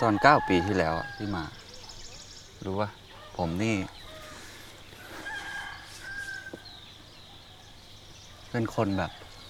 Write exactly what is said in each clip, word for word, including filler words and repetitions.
ตอนเก้าปีที่แล้วที่มารู้ว่าผมนี่เป็นคนแบบ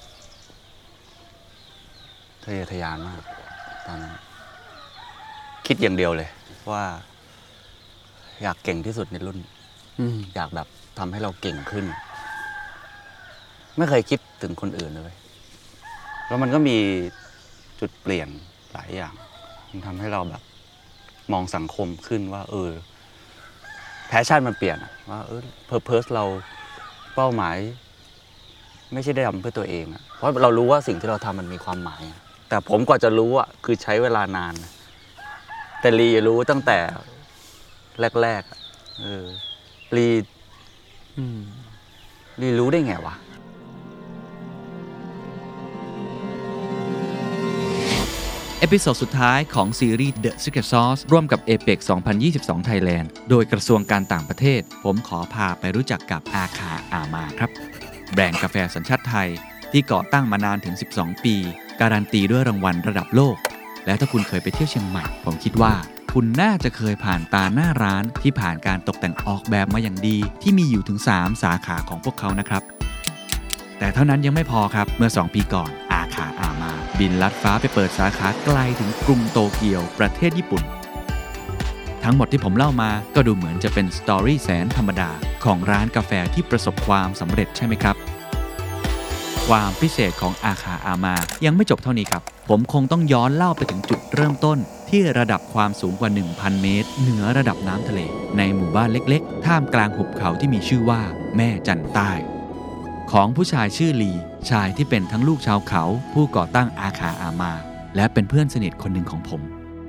ทะเยอทะยานมากตอนนั้นคิดอย่างเดียวเลยว่าอยากเก่งที่สุดในรุ่นอยากแบบทำให้เราเก่งขึ้นไม่เคยคิดถึงคนอื่นเลยแล้วมันก็มีจุดเปลี่ยนหลายอย่างมันทำให้เราแบบมองสังคมขึ้นว่าเออแพชชั่นมันเปลี่ยนว่าเออเพอร์เพสเราเป้าหมายไม่ใช่ได้ทำเพื่อตัวเองอะเพราะเรารู้ว่าสิ่งที่เราทำมันมีความหมายแต่ผมกว่าจะรู้อะคือใช้เวลานานแต่ลีรู้ตั้งแต่แรกๆเออลีลีรู้ได้ไงวะเอพิโซดสุดท้ายของซีรีส์ The Secret Sauce ร่วมกับ เอ เปก สองพันยี่สิบสอง Thailand โดยกระทรวงการต่างประเทศผมขอพาไปรู้จักกับอาคาอามาครับแบรนด์กาแฟสัญชาติไทยที่ก่อตั้งมานานถึงสิบสองปีการันตีด้วยรางวัลระดับโลกและถ้าคุณเคยไปเที่ยวเชียงใหม่ผมคิดว่าคุณน่าจะเคยผ่านตาหน้าร้านที่ผ่านการตกแต่งออกแบบมาอย่างดีที่มีอยู่ถึงสามสาขาของพวกเขานะครับแต่เท่านั้นยังไม่พอครับเมื่อสองปีก่อนอาคาอามาบินลัดฟ้าไปเปิดสาขาไกลถึงกรุงโตเกียวประเทศญี่ปุ่นทั้งหมดที่ผมเล่ามาก็ดูเหมือนจะเป็นสตอรี่แสนธรรมดาของร้านกาแฟที่ประสบความสำเร็จใช่ไหมครับความพิเศษของอาคาอามายังไม่จบเท่านี้ครับผมคงต้องย้อนเล่าไปถึงจุดเริ่มต้นที่ระดับความสูงกว่า หนึ่งพัน เมตรเหนือระดับน้ำทะเลในหมู่บ้านเล็กๆท่ามกลางหุบเขาที่มีชื่อว่าแม่จันใต้ของผู้ชายชื่อลีชายที่เป็นทั้งลูกชาวเขาผู้ก่อตั้งอาคาอามาและเป็นเพื่อนสนิทคนหนึ่งของผม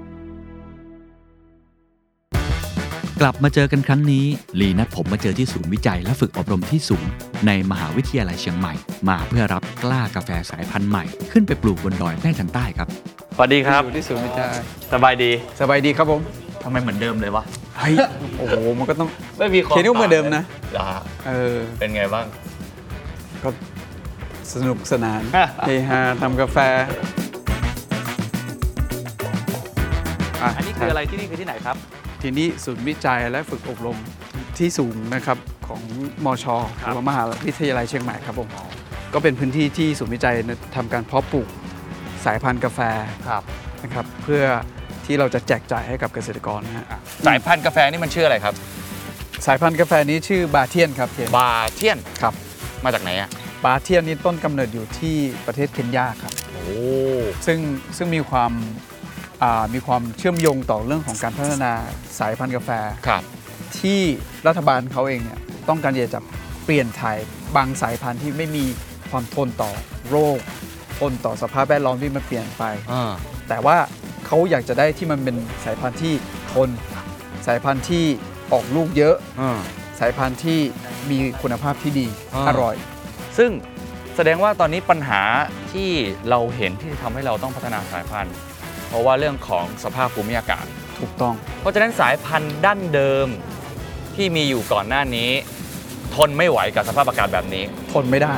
กลับมาเจอกันครั้งนี้ลีนัดผมมาเจอที่ศูนย์วิจัยและฝึกอบรมที่สูงในมหาวิทยาลัยเชียงใหม่มาเพื่อรับกล้ากาแฟสายพันธุ์ใหม่ขึ้นไปปลูกบนดอยแม่จันใต้ครับสวัสดีครับอยู่ที่ศูนย์วิจัยสบายดีสบายดีครับผมทำไมเหมือนเดิมเลยวะเฮ้ยโอ้โหมันก็ต้องไม่มีความเขียนเหมือนเดิมนะเออเป็นไงบ้างก็สนุกสนานเฮฮาทำกาแฟอันนี้คืออะไรที่นี่คือที่ไหนครับที่นี่ศูนย์วิจัยและฝึกอบรมที่สูงนะครับของมช.หรือมหาวิทยาลัยเชียงใหม่ครับผมก็เป็นพื้นที่ที่ศูนย์วิจัยทำการเพาะปลูกสายพันธุ์กาแฟนะครับเพื่อที่เราจะแจกจ่ายให้กับเกษตรกรนะฮะสายพันธุ์กาแฟนี่มันชื่ออะไรครับสายพันธุ์กาแฟนี้ชื่อบาเทียนครับบาเทียนครับมาจากไหนอะบาเทียนนี่ต้นกำเนิดอยู่ที่ประเทศเคนยาครับโอ้ซึ่งซึ่งมีความมีความเชื่อมโยงต่อเรื่องของการพัฒนาสายพันธุ์กาแฟที่รัฐบาลเขาเองเนี่ยต้องการจะเปลี่ยนถ่ายบางสายพันธุ์ที่ไม่มีความทนต่อโรคทนต่อสภาพแวดล้อมที่มันเปลี่ยนไปแต่ว่าเขาอยากจะได้ที่มันเป็นสายพันธุ์ที่ทนสายพันธุ์ที่ออกลูกเยอะสายพันธุ์ที่มีคุณภาพที่ดีอร่อยซึ่งแสดงว่าตอนนี้ปัญหาที่เราเห็นที่ทำให้เราต้องพัฒนาสายพันธุ์เพราะว่าเรื่องของสภาพภูมิอากาศถูกต้องเพราะฉะนั้นสายพันธุ์ดั้งเดิมที่มีอยู่ก่อนหน้านี้ทนไม่ไหวกับสภาพอากาศแบบนี้ทนไม่ได้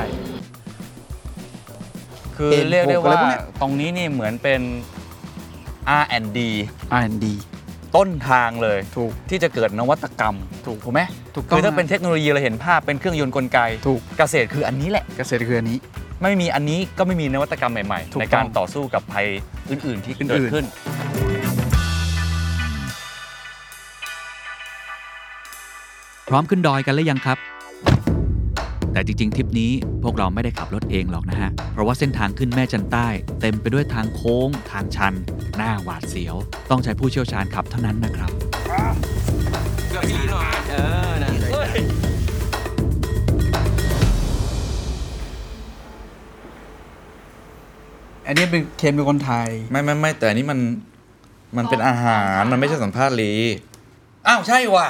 คือเรียกได้ว่าตรงนี้นี่เหมือนเป็น อาร์ แอนด์ ดีอาร์ แอนด์ ดีต้นทางเลยถูกที่จะเกิดนวัตกรรมถูกถูกไหมถูกคือถ้าเป็นเทคโนโลยีเราเห็นภาพเป็นเครื่องยนต์กลไกถูกเกษตรคืออันนี้แหละเกษตรคืออันนี้ไม่มีอันนี้ก็ไม่มีนวัตกรรมใหม่ๆในการต่อสู้กับภัยอื่นๆที่เกิดขึ้นพร้อมขึ้นดอยกันหรือยังครับแต่จริงๆทริปนี้พวกเราไม่ได้ขับรถเองหรอกนะฮะเพราะว่าเส้นทางขึ้นแม่จันใต้เต็มไปด้วยทางโค้งทางชันหน้าหวาดเสียวต้องใช้ผู้เชี่ยวชาญขับเท่านั้นนะครับอันนี้เป็นเคนเป็นคนไทยไม่ไม่ไม่แต่อันนี้มันมันเป็นอาหารมันไม่ใช่สัมภาษณ์ลีอ้าวใช่ว่ะ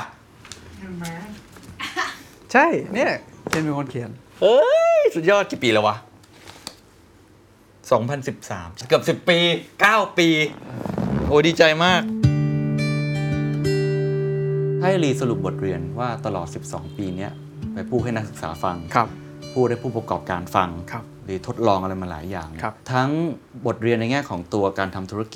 ใช่เนี่ยเคนเป็นคนเขียนเฮ้ยสุดยอดกี่ปีแล้ววะสองพันสิบสามเกือบสิบปีเก้าปีโอ้ดีใจมากให้ลีสรุปบทเรียนว่าตลอดสิบสองปีนี้ไปพูดให้นักศึกษาฟังครับพูดให้ผู้ประกอบการฟังครับลีทดลองอะไรมาหลายอย่างทั้งบทเรียนในแง่ของตัวการทำธุรกิจ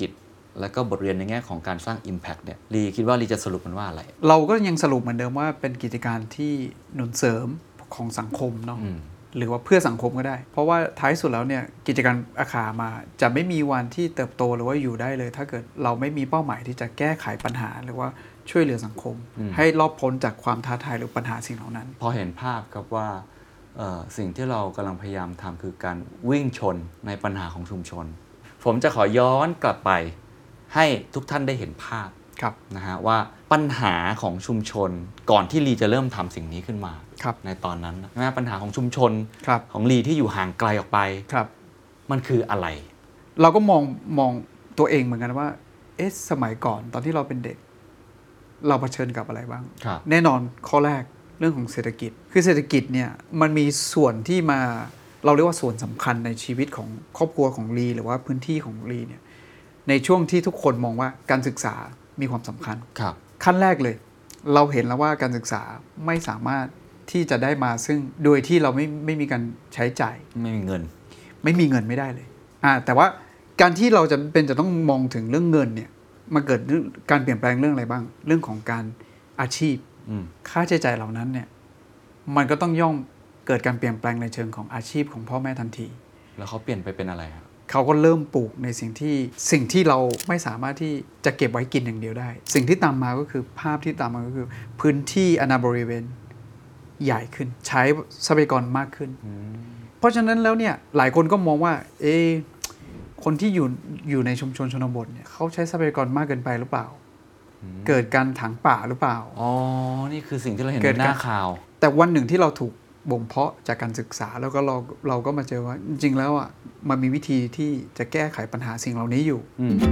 แล้วก็บทเรียนในแง่ของการสร้าง Impact เนี่ยลีคิดว่าลีจะสรุปมันว่าอะไรเราก็ยังสรุปเหมือนเดิมว่าเป็นกิจการที่หนุนเสริมของสังคมเนาะหรือว่าเพื่อสังคมก็ได้เพราะว่าท้ายสุดแล้วเนี่ยกิจการอาคามาจะไม่มีวันที่เติบโตหรือว่าอยู่ได้เลยถ้าเกิดเราไม่มีเป้าหมายที่จะแก้ไขปัญหาหรือว่าช่วยเหลือสังคมให้รอดพ้นจากความท้าทายหรือปัญหาสิ่งเหล่านั้นพอเห็นภาพครับว่าสิ่งที่เรากำลังพยายามทำคือการวิ่งชนในปัญหาของชุมชนผมจะขอย้อนกลับไปให้ทุกท่านได้เห็นภาพนะฮะว่าปัญหาของชุมชนก่อนที่ลีจะเริ่มทำสิ่งนี้ขึ้นมาในตอนนั้นนะปัญหาของชุมชนของลีที่อยู่ห่างไกลออกไปมันคืออะไรเราก็มองมองตัวเองเหมือนกันว่าเอ๊ะสมัยก่อนตอนที่เราเป็นเด็กเราเผชิญกับอะไรบ้างแน่นอนข้อแรกเรื่องของเศรษฐกิจคือเศรษฐกิจเนี่ยมันมีส่วนที่มาเราเรียกว่าส่วนสำคัญในชีวิตของครอบครัวของลีหรือว่าพื้นที่ของลีเนี่ยในช่วงที่ทุกคนมองว่าการศึกษามีความสำคัญขั้นแรกเลยเราเห็นแล้วว่าการศึกษาไม่สามารถที่จะได้มาซึ่งโดยที่เราไม่ไม่มีการใช้จ่ายไม่มีเงินไม่มีเงินไม่ได้เลยอ่าแต่ว่าการที่เราจะเป็นจะต้องมองถึงเรื่องเงินเนี่ยมาเกิดการเปลี่ยนแปลงเรื่องอะไรบ้างเรื่องของการอาชีพค่าใช้จ่ายเหล่านั้นเนี่ยมันก็ต้องย่อมเกิดการเปลี่ยนแปลงในเชิงของอาชีพของพ่อแม่ทันทีแล้วเขาเปลี่ยนไปเป็นอะไรครับเขาก็เริ่มปลูกในสิ่งที่สิ่งที่เราไม่สามารถที่จะเก็บไว้กินอย่างเดียวได้สิ่งที่ตามมาก็คือภาพที่ตามมาก็คือพื้นที่อาณาบริเวณใหญ่ขึ้นใช้ทรัพยากรมากขึ้นเพราะฉะนั้นแล้วเนี่ยหลายคนก็มองว่าเอคนที่อยู่อยู่ในชุมชนชนบทเนี่ยเขาใช้ทรัพยากรมากเกินไปหรือเปล่าเกิดการถางป่าหรือเปล่าอ๋อนี่คือสิ่งที่เราเห็นในหน้าข่าวแต่วันหนึ่งที่เราถูกบ่มเพาะจากการศึกษาแล้วก็เราเราก็มาเจอว่าจริงๆแล้วอ่ะมันมีวิธีที่จะแก้ไขปัญหาสิ่งเหล่านี้อยู่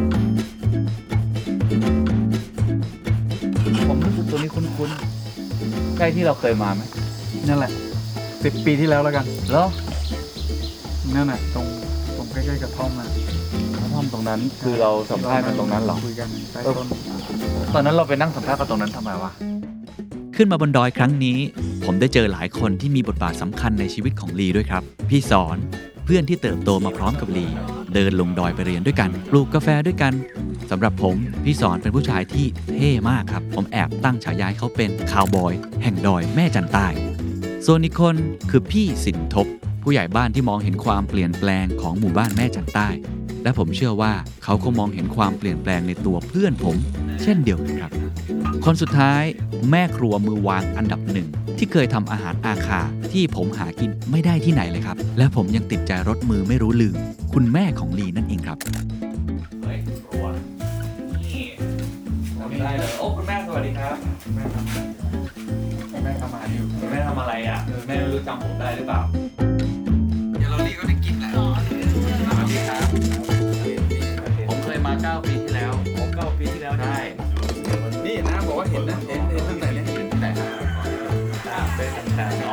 ผมรู้สึกตัวนี้คุ้นๆใกล้ที่เราเคยมาไหมนั่นแหละสิบปีที่แล้วแล้วกันแล้วนั่นแหละตรงตรงใกล้ๆกับท่อมนะกระท่อมตรงนั้นคือเราสัมภาษณ์กันตรงนั้นหรอคุยกันใต้ต้นตอนนั้นเราไปนั่งสัมภาษณ์กันตรงนั้นทำไมวะขึ้นมาบนดอยครั้งนี้ผมได้เจอหลายคนที่มีบทบาทสำคัญในชีวิตของลีด้วยครับพี่สอนเพื่อนที่เติบโตมาพร้อมกับลีเดินลงดอยไปเรียนด้วยกันปลูกกาแฟด้วยกันสำหรับผมพี่สอนเป็นผู้ชายที่เท่มากครับผมแอบตั้งฉายาเขาเป็นคาวบอยแห่งดอยแม่จันใต้ส่วนอีกคนคือพี่สินทบผู้ใหญ่บ้านที่มองเห็นความเปลี่ยนแปลงของหมู่บ้านแม่จันใต้และผมเชื่อว่าเขาก็มองเห็นความเปลี่ยนแปลงในตัวเพื่อนผมเช่นเดียวกันครับคนสุดท้ายแม่ครัวมือวางอันดับหนึ่งที่เคยทำอาหารอาคาที่ผมหากินไม่ได้ที่ไหนเลยครับและผมยังติดใจรสมือไม่รู้ลืมคุณแม่ของลีนั่นเองครับเฮ้ยครัวนี่ทำได้เลยโอ้คุณแม่สวัสดีครับคุณแม่ทำคุณแม่ทำอาหารอยู่คุณแม่ทำอะไรอ่ะแม่ไม่รู้จำผมได้หรือเปล่าเดี๋ยวเราลีก็ได้กินแหละสวัสดีครับผมเคยมาเก้าปีที่แล้วผมเก้าปีที่แล้วได้นี่นะบอกว่าเห็นนะเห็นเห็นตั้งแต่เนี่ยเห็นที่ไหนฮะเป็นตั้งแต่อ๋อ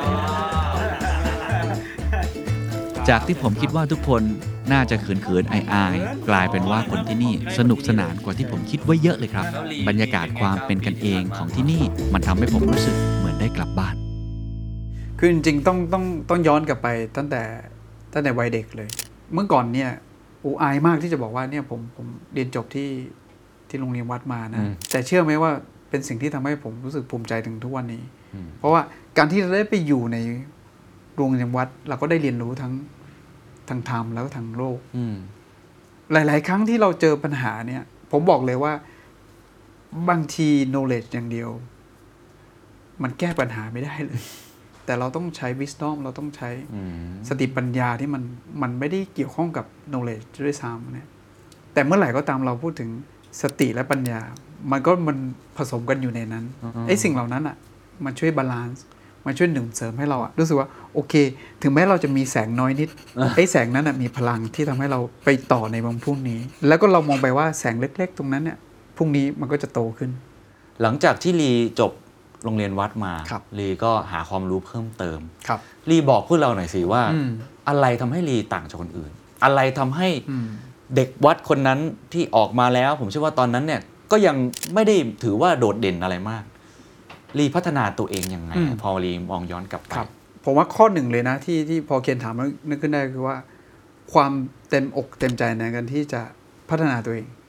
จากที่ผมคิดว่าทุกคนน่าจะเขินๆอายๆกลายเป็นว่าคนที่นี่สนุกสนานกว่าที่ผมคิดไว้เยอะเลยครับบรรยากาศความเป็นกันเองของที่นี่มันทำให้ผมรู้สึกเหมือนได้กลับบ้านคือจริงๆต้องต้องต้องย้อนกลับไปตั้งแต่ตั้งแต่วัยเด็กเลยเมื่อก่อนเนี่ยอูอายมากที่จะบอกว่าเนี่ยผมผมเรียนจบที่ที่โรงเรียนวัดมานะแต่เชื่อไหมว่าเป็นสิ่งที่ทำให้ผมรู้สึกภูมิใจถึงทุกวันนี้เพราะว่าการที่เราได้ไปอยู่ในโรงเรียนวัดเราก็ได้เรียนรู้ทั้งทางธรรมแล้วก็ทางโลกหลายๆครั้งที่เราเจอปัญหาเนี่ยผมบอกเลยว่าบางที knowledge อย่างเดียวมันแก้ปัญหาไม่ได้เลยแต่เราต้องใช้ wisdom เราต้องใช้สติปัญญาที่มันมันไม่ได้เกี่ยวข้องกับ knowledge ด้วยซ้ำเนี่ยแต่เมื่อไหร่ก็ตามเราพูดถึงสติและปัญญามันก็มันผสมกันอยู่ในนั้นไอ้สิ่งเหล่านั้นอ่ะมันช่วยบาลานซ์มันช่วยหนุนเสริมให้เราอ่ะรู้สึกว่าโอเคถึงแม้เราจะมีแสงน้อยนิดไอ้แสงนั้นอ่ะมีพลังที่ทำให้เราไปต่อในวันพรุ่งนี้แล้วก็เรามองไปว่าแสงเล็กๆตรงนั้นเนี่ยพรุ่งนี้มันก็จะโตขึ้นหลังจากที่ลีจบโรงเรียนวัดมาลีก็หาความรู้เพิ่มเติมลีบอกพวกเราหน่อยสิว่าอะไรทำให้ลีต่างจากคนอื่นอะไรทำให้เด็กวัดคนนั้นที่ออกมาแล้วผมเชื่อว่าตอนนั้นเนี่ยก็ยังไม่ได้ถือว่าโดดเด่นอะไรมากลีพัฒนาตัวเองยังไงพอลีมองย้อนกลับไปผมว่าข้อหนึ่งเลยนะที่ที่พอเคนถามแล้วนึกขึ้นได้คือว่าความเต็มอกเต็มใจในการที่จะพัฒนาตัวเอง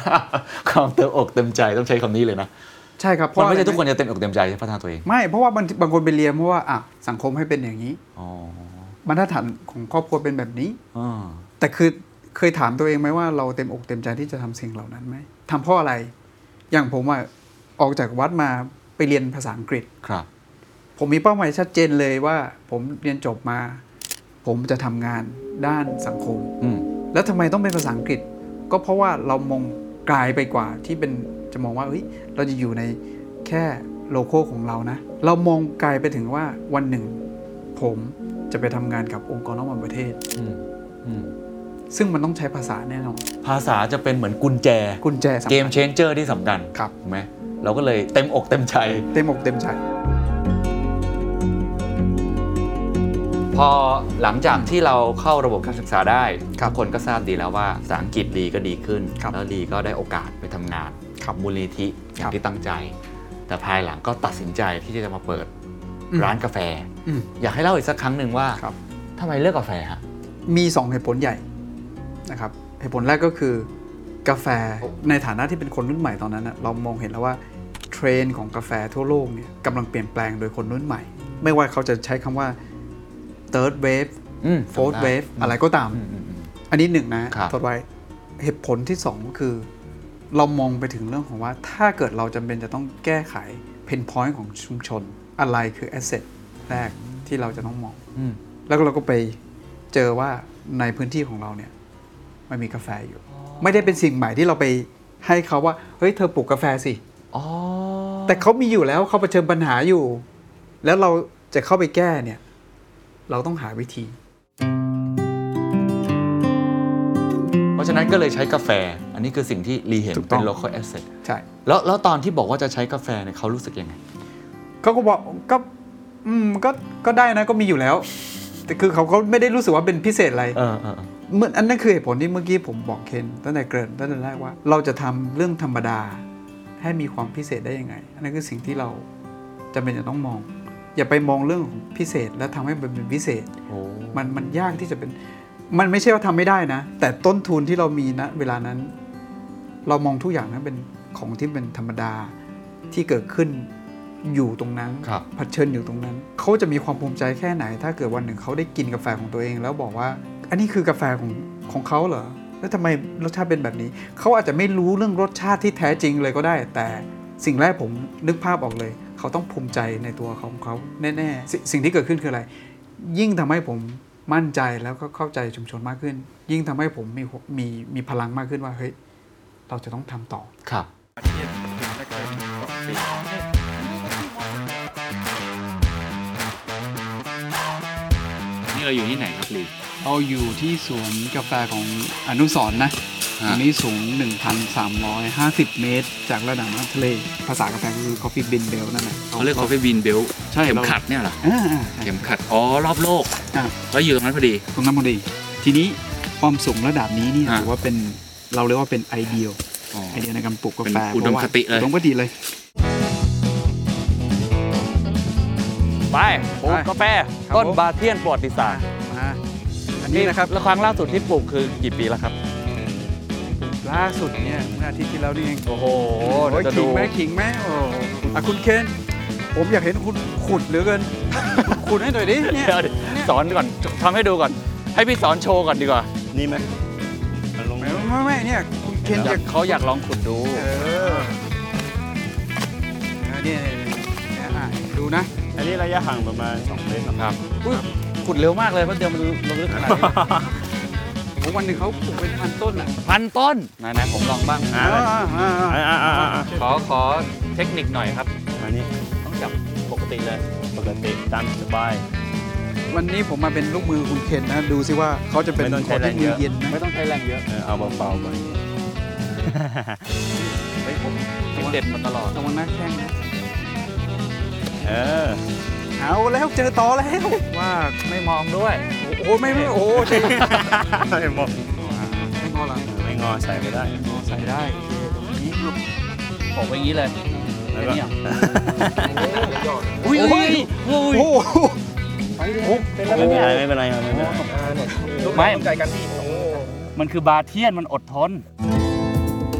ความเต็มอกเต็มใจต้องใช้คำนี้เลยนะใช่ครับเพมันราะไม่ใช่ทุกคนจะเต็มอกเต็มใจจะพัฒนาตัวเองไม่เพราะว่าบางบางคนไปเรียนเพราะว่าอ่ะสังคมให้เป็นอย่างนี้บรรทัดฐานของครอบครัวเป็นแบบนี้แต่คือเคยถามตัวเองไหมว่าเราเต็มอกเต็มใจที่จะทำสิ่งเหล่านั้นไหมทำเพราะอะไรอย่างผมอ่ะออกจากวัดมาไปเรียนภาษาอังกฤษครับผมมีเป้าหมายชัดเจนเลยว่าผมเรียนจบมาผมจะทำงานด้านสังคมแล้วทำไมต้องเป็นภาษาอังกฤษก็เพราะว่าเรามองไกลไปกว่าที่เป็นจะมองว่าเฮ้ยเราจะอยู่ในแค่โลโก้ของเรานะเรามองไกลไปถึงว่าวันหนึ่งผมจะไปทำงานกับองค์กรนอกประเทศซึ่งมันต้องใช้ภาษาแน่นอนภาษาจะเป็นเหมือนกุญแจกุญแจสำคัญเกมเชนเจอร์ที่สำคัญครับถูกไหมเราก็เลยเต็มอกเต็มใจเต็มอกเต็มใจพอหลังจากที่เราเข้าระบบการศึกษาได้ทุกคนก็ทราบดีแล้วว่าภาษาอังกฤษดีก็ดีขึ้นแล้วดีก็ได้โอกาสไปทำงานมูลนิธิอย่างที่ตั้งใจแต่ภายหลังก็ตัดสินใจที่จะมาเปิดร้านกาแฟอยากให้เล่าอีกสักครั้งหนึ่งว่าทำไมเลือกกาแฟฮะมีสองเหตุผลใหญ่นะครับเหตุผลแรกก็คือกาแฟในฐานะที่เป็นคนรุ่นใหม่ตอนนั้นเรามองเห็นแล้วว่าเทรนด์ของกาแฟทั่วโลกเนี่ยกำลังเปลี่ยนแปลงโดยคนรุ่นใหม่ไม่ว่าเขาจะใช้คำว่า third wave fourth wave อะไรก็ตามอันนี้หนึ่งนะทดไว้เหตุผลที่สองก็คือเรามองไปถึงเรื่องของว่าถ้าเกิดเราจำเป็นจะต้องแก้ไขเพนพอยต์ของชุมชนอะไรคือแอสเซทแรกที่เราจะต้องมองแล้วเราก็ไปเจอว่าในพื้นที่ของเราเนี่ยมันมีกาแฟอยู่ไม่ได้เป็นสิ่งใหม่ที่เราไปให้เขาว่าเฮ้ยเธอปลูกกาแฟสิแต่เขามีอยู่แล้วเขาเผชิญปัญหาอยู่แล้วเราจะเข้าไปแก้เนี่ยเราต้องหาวิธีเพราะฉะนั้นก็เลยใช้กาแฟอันนี้คือสิ่งที่ลีเห็นเป็น local asset ใช่แล้วแล้วตอนที่บอกว่าจะใช้กาแฟเนี่ยเขารู้สึกยังไงเขาก็บอกก็อืมก็ก็ได้นะก็มีอยู่แล้วแต่คือเขาเขาไม่ได้รู้สึกว่าเป็นพิเศษอะไรเออเออเมื่ออันนั้นคือเหตุผลที่เมื่อกี้ผมบอกเคนตั้งแต่เกริ่นตั้งแต่แรกว่าเราจะทำเรื่องธรรมดาให้มีความพิเศษได้ยังไงอันนั้นคือสิ่งที่เราจำเป็นจะต้องมองอย่าไปมองเรื่องของพิเศษแล้วทำให้มันเป็นพิเศษมันมันยากที่จะเป็นมันไม่ใช่ว่าทำไม่ได้นะแต่ต้นทุนที่เรามีนะเวลานั้นเรามองทุกอย่างนั้นเป็นของที่เป็นธรรมดาที่เกิดขึ้นอยู่ตรงนั้นเผชิญอยู่ตรงนั้นเขาจะมีความภูมิใจแค่ไหนถ้าเกิดวันหนึ่งเขาได้กินกาแฟของตัวเองแล้วบอกว่าอันนี้คือกาแฟของของเขาเหรอแล้วทำไมรสชาติเป็นแบบนี้เขาอาจจะไม่รู้เรื่องรสชาติที่แท้จริงเลยก็ได้แต่สิ่งแรกผมนึกภาพออกเลยเขาต้องภูมิใจในตัวของเขาแน่ๆ ส, สิ่งที่เกิดขึ้นคืออะไรยิ่งทำให้ผมมั่นใจแล้วก็เข้าใจชุมชนมากขึ้นยิ่งทำให้ผมมีมีมีพลังมากขึ้นว่าเฮ้ยเราจะต้องทำต่อครับนี่เราอยู่ที่ไหนครับลีเราอยู่ที่สวนกาแฟของอนุสรณ์นะตรงนี้สูง หนึ่งพันสามร้อยห้าสิบ เมตรจากระดับน้ำทะเลภาษากาแฟคือ Coffee Bean Belt นั่นแหละเขาเรียก Coffee Bean Belt ใช่เข็มขัดเนี่ยเหรอเข็มขัดอ๋อรอบโลกแล้วอยู่ตรงนั้นพอดีตรงนั้นพอดีทีนี้ความสูงระดับนี้นี่ถือว่าเป็นเราเรียกว่าเป็นไอเดียไอเดียในการปลูกกาแฟอุดมคติเลยอุดมคติเลยไปปลูกกาแฟต้นบาเทียนประวัติศาสตร์อันนี้นะครับแล้วครั้งล่าสุดที่ปลูกคือกี่ปีแล้วครับล่าสุดเนี่ยเมื่ออาทิตย์ที่แล้วนี่เองโอ้โหจะดูขิงไหมขิงไหมโอ้อ่ะคุณเคนผมอยากเห็นคุณขุดเหลือเกินขุดให้หน่อยดิเนี่ยสอนก่อนทำให้ดูก่อนให้พี่สอนโชว์ก่อนดีกว่านี่ไหมไม่ไม่ไม่เนี่ยคุณเคนเขาอยากลองขุดดูเออเนี่ยดูนะอันนี้ระยะห่างประมาณสองเมตรครับขุดเร็วมากเลยเพราะเดี๋ยวมันลงลึกขนาดนี้วันหนึ่งเขาปลูกเป็นพันต้นอ่ะพันต้นไหนๆผมลองบ้างขอขอเทคนิคหน่อยครับอันนี้ต้องจับปกติเลยปกติตามสบายวันนี้ผมมาเป็นลูกมือคุณเคนนะดูซิว่าเขาจะเป็นคนที่มือเย็นไม่ต้องใช้แรงเยอะเอาเบาๆก่อนเฮ้ยผมเด็ดมาตลอดระวังหน้าแข้งนะเออเอาแล้วเจอต่อแล้วว่าไม่มองด้วยโอ้ไม่ไม่โอ้ใช่ไม่มองไม่งอหรอไม่งอใส่ไม่ได้งอใส่ได้ตรงนี้หลุดผมไปอย่างนี้เลยเนี่ยอุ้ยอุ้ยโอ้ไปเลยไม่เป็นไรไม่เป็นไรไม่เป็นไรไม่ใจกันที่มันคือบาเทียนมันอดทน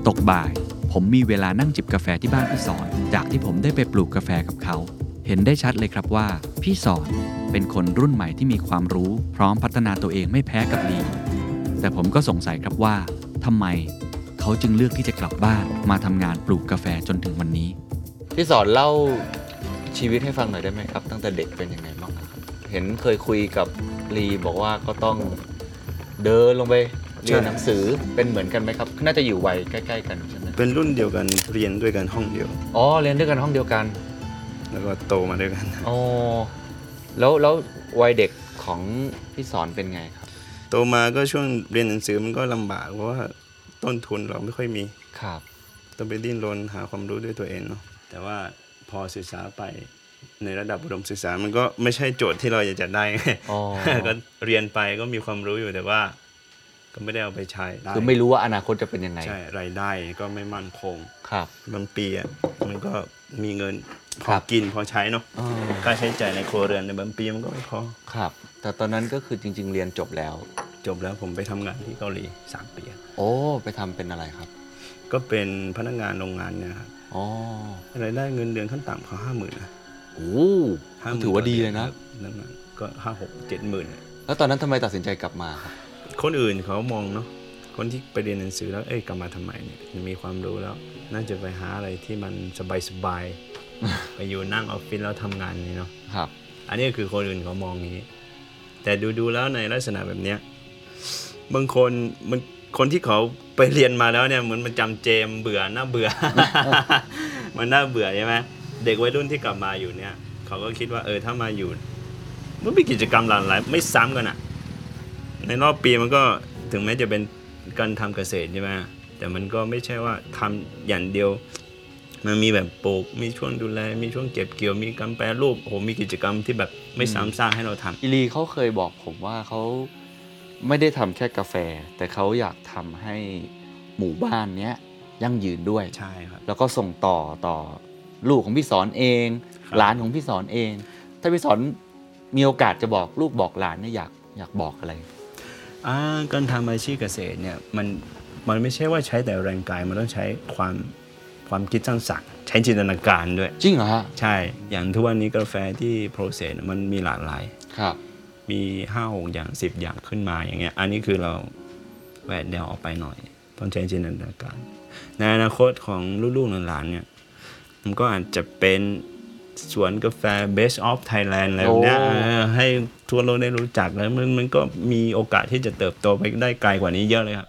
ตกบ่ายผมมีเวลานั่งจิบกาแฟที่บ้านพี่สอนจากที่ผมได้ไปปลูกกาแฟกับเขาเห็นได้ชัดเลยครับว่าพี่สอนเป็นคนรุ่นใหม่ที่มีความรู้พร้อมพัฒนาตัวเองไม่แพ้กับลีแต่ผมก็สงสัยครับว่าทำไมเขาจึงเลือกที่จะกลับบ้านมาทำงานปลูกกาแฟจนถึงวันนี้พี่สอนเล่าชีวิตให้ฟังหน่อยได้ไหมครับตั้งแต่เด็กเป็นยังไงบ้างครับเห็นเคยคุยกับลีบอกว่าก็ต้องเดินลงไปเรียนหนังสือเป็นเหมือนกันไหมครับน่าจะอยู่วัยใกล้ๆกันใช่ไหมเป็นรุ่นเดียวกันเรียนด้วยกันห้องเดียวอ๋อเรียนด้วยกันห้องเดียวกันแล้วก็โตมาด้วยกันอ๋อแล้วแล้ววัยเด็กของพี่สอนเป็นไงครับโตมาก็ช่วงเรียนหนังสือมันก็ลำบากเพราะว่าต้นทุนเราไม่ค่อยมีครับต้องไปดิ้นรนหาความรู้ด้วยตัวเองเนาะแต่ว่าพอศึกษาไปในระดับอุดมศึกษามันก็ไม่ใช่โจทย์ที่เราอยากจะได้ก็เรียนไปก็มีความรู้อยู่แต่ว่าก็ไม่ได้เอาไปใช้คือไม่รู้ว่าอนาคตจะเป็นยังไงใช่รายได้ก็ไม่มั่นคงครับบางปีมันก็มีเงินพอกินพอใช้เนาะค่าใช้จ่ายในครัวเรือนในบางปีมันก็ไม่พอครับแต่ตอนนั้นก็คือจริงๆเรียนจบแล้วจบแล้วผมไปทำงานที่เกาหลีสามปีโอ้ไปทำเป็นอะไรครับก็เป็นพนักงานโรงงานเนี่ยครับอ๋อรายได้เงินเดือนขั้นต่ำเขาห้าหมื่นนะโอ้ถือว่าดีเลยนะนั่นก็ห้าหกเจ็ดหมื่นแล้วตอนนั้นทำไมตัดสินใจกลับมาครับคนอื่นเขามองเนาะคนที่ไปเรียนหนังสือแล้วเอ้ยกลับมาทำไมเนี่ยมีความรู้แล้วน่าจะไปหาอะไรที่มันสบายๆ ไปอยู่นั่งออฟฟิศแล้วทำงานนี่เนาะครับอันนี้คือคนอื่นเขามองอย่างนี้แต่ดูๆแล้วในลักษณะแบบเนี้ยบางคนมันคนที่เขาไปเรียนมาแล้วเนี่ยเหมือนมันจำเจมเบื่อน่าเบื่อ มันน่าเบื่อใช่ไหมเด็กวัยรุ่นที่กลับมาอยู่เนี่ยเขาก็คิดว่าเออถ้ามาอยู่มันมีกิจกรรมหลากหลายไม่ซ้ำกันอะในรอบปีมันก็ถึงแม้จะเป็นการทำเกษตรใช่ไหมแต่มันก็ไม่ใช่ว่าทำอย่างเดียวมันมีแบบปลูกมีช่วงดูแลมีช่วงเก็บเกี่ยวมีการแปรรูปโอ้โหมีกิจกรรมที่แบบไม่ซ้ำซากให้เราทำอีลีเขาเคยบอกผมว่าเขาไม่ได้ทำแค่กาแฟแต่เขาอยากทำให้หมู่บ้านเนี้ยยั่งยืนด้วยใช่ครับแล้วก็ส่งต่อต่อลูกของพี่สอนเองหลานของพี่สอนเองถ้าพี่สอนมีโอกาสจะบอกลูกบอกหลานเนี่ยอยากอยากบอกอะไรอ่าการทำอาชีพเกษตรเนี่ยมันมันไม่ใช่ว่าใช้แต่แรงกายมันต้องใช้ความความคิดสร้างสรรค์ใช้จินตนาการด้วยจริงเหรอฮะใช่อย่างทุกวันนี้กาแฟที่โปรเซสมันมีหลากหลายครับมีห้าหกอย่างสิบอย่างขึ้นมาอย่างเงี้ยอันนี้คือเราแหวกแนวออกไปหน่อยต้องใช้จินตนาการในอนาคตของลูกๆหลานๆเนี่ยมันก็อาจจะเป็นสวนกาแฟ Best of Thailand อะไรแบบเนี้ยให้ทั่วโลกได้รู้จักแล้วมันมันก็มีโอกาสที่จะเติบโตไปได้ไกลกว่านี้เยอะเลยครับ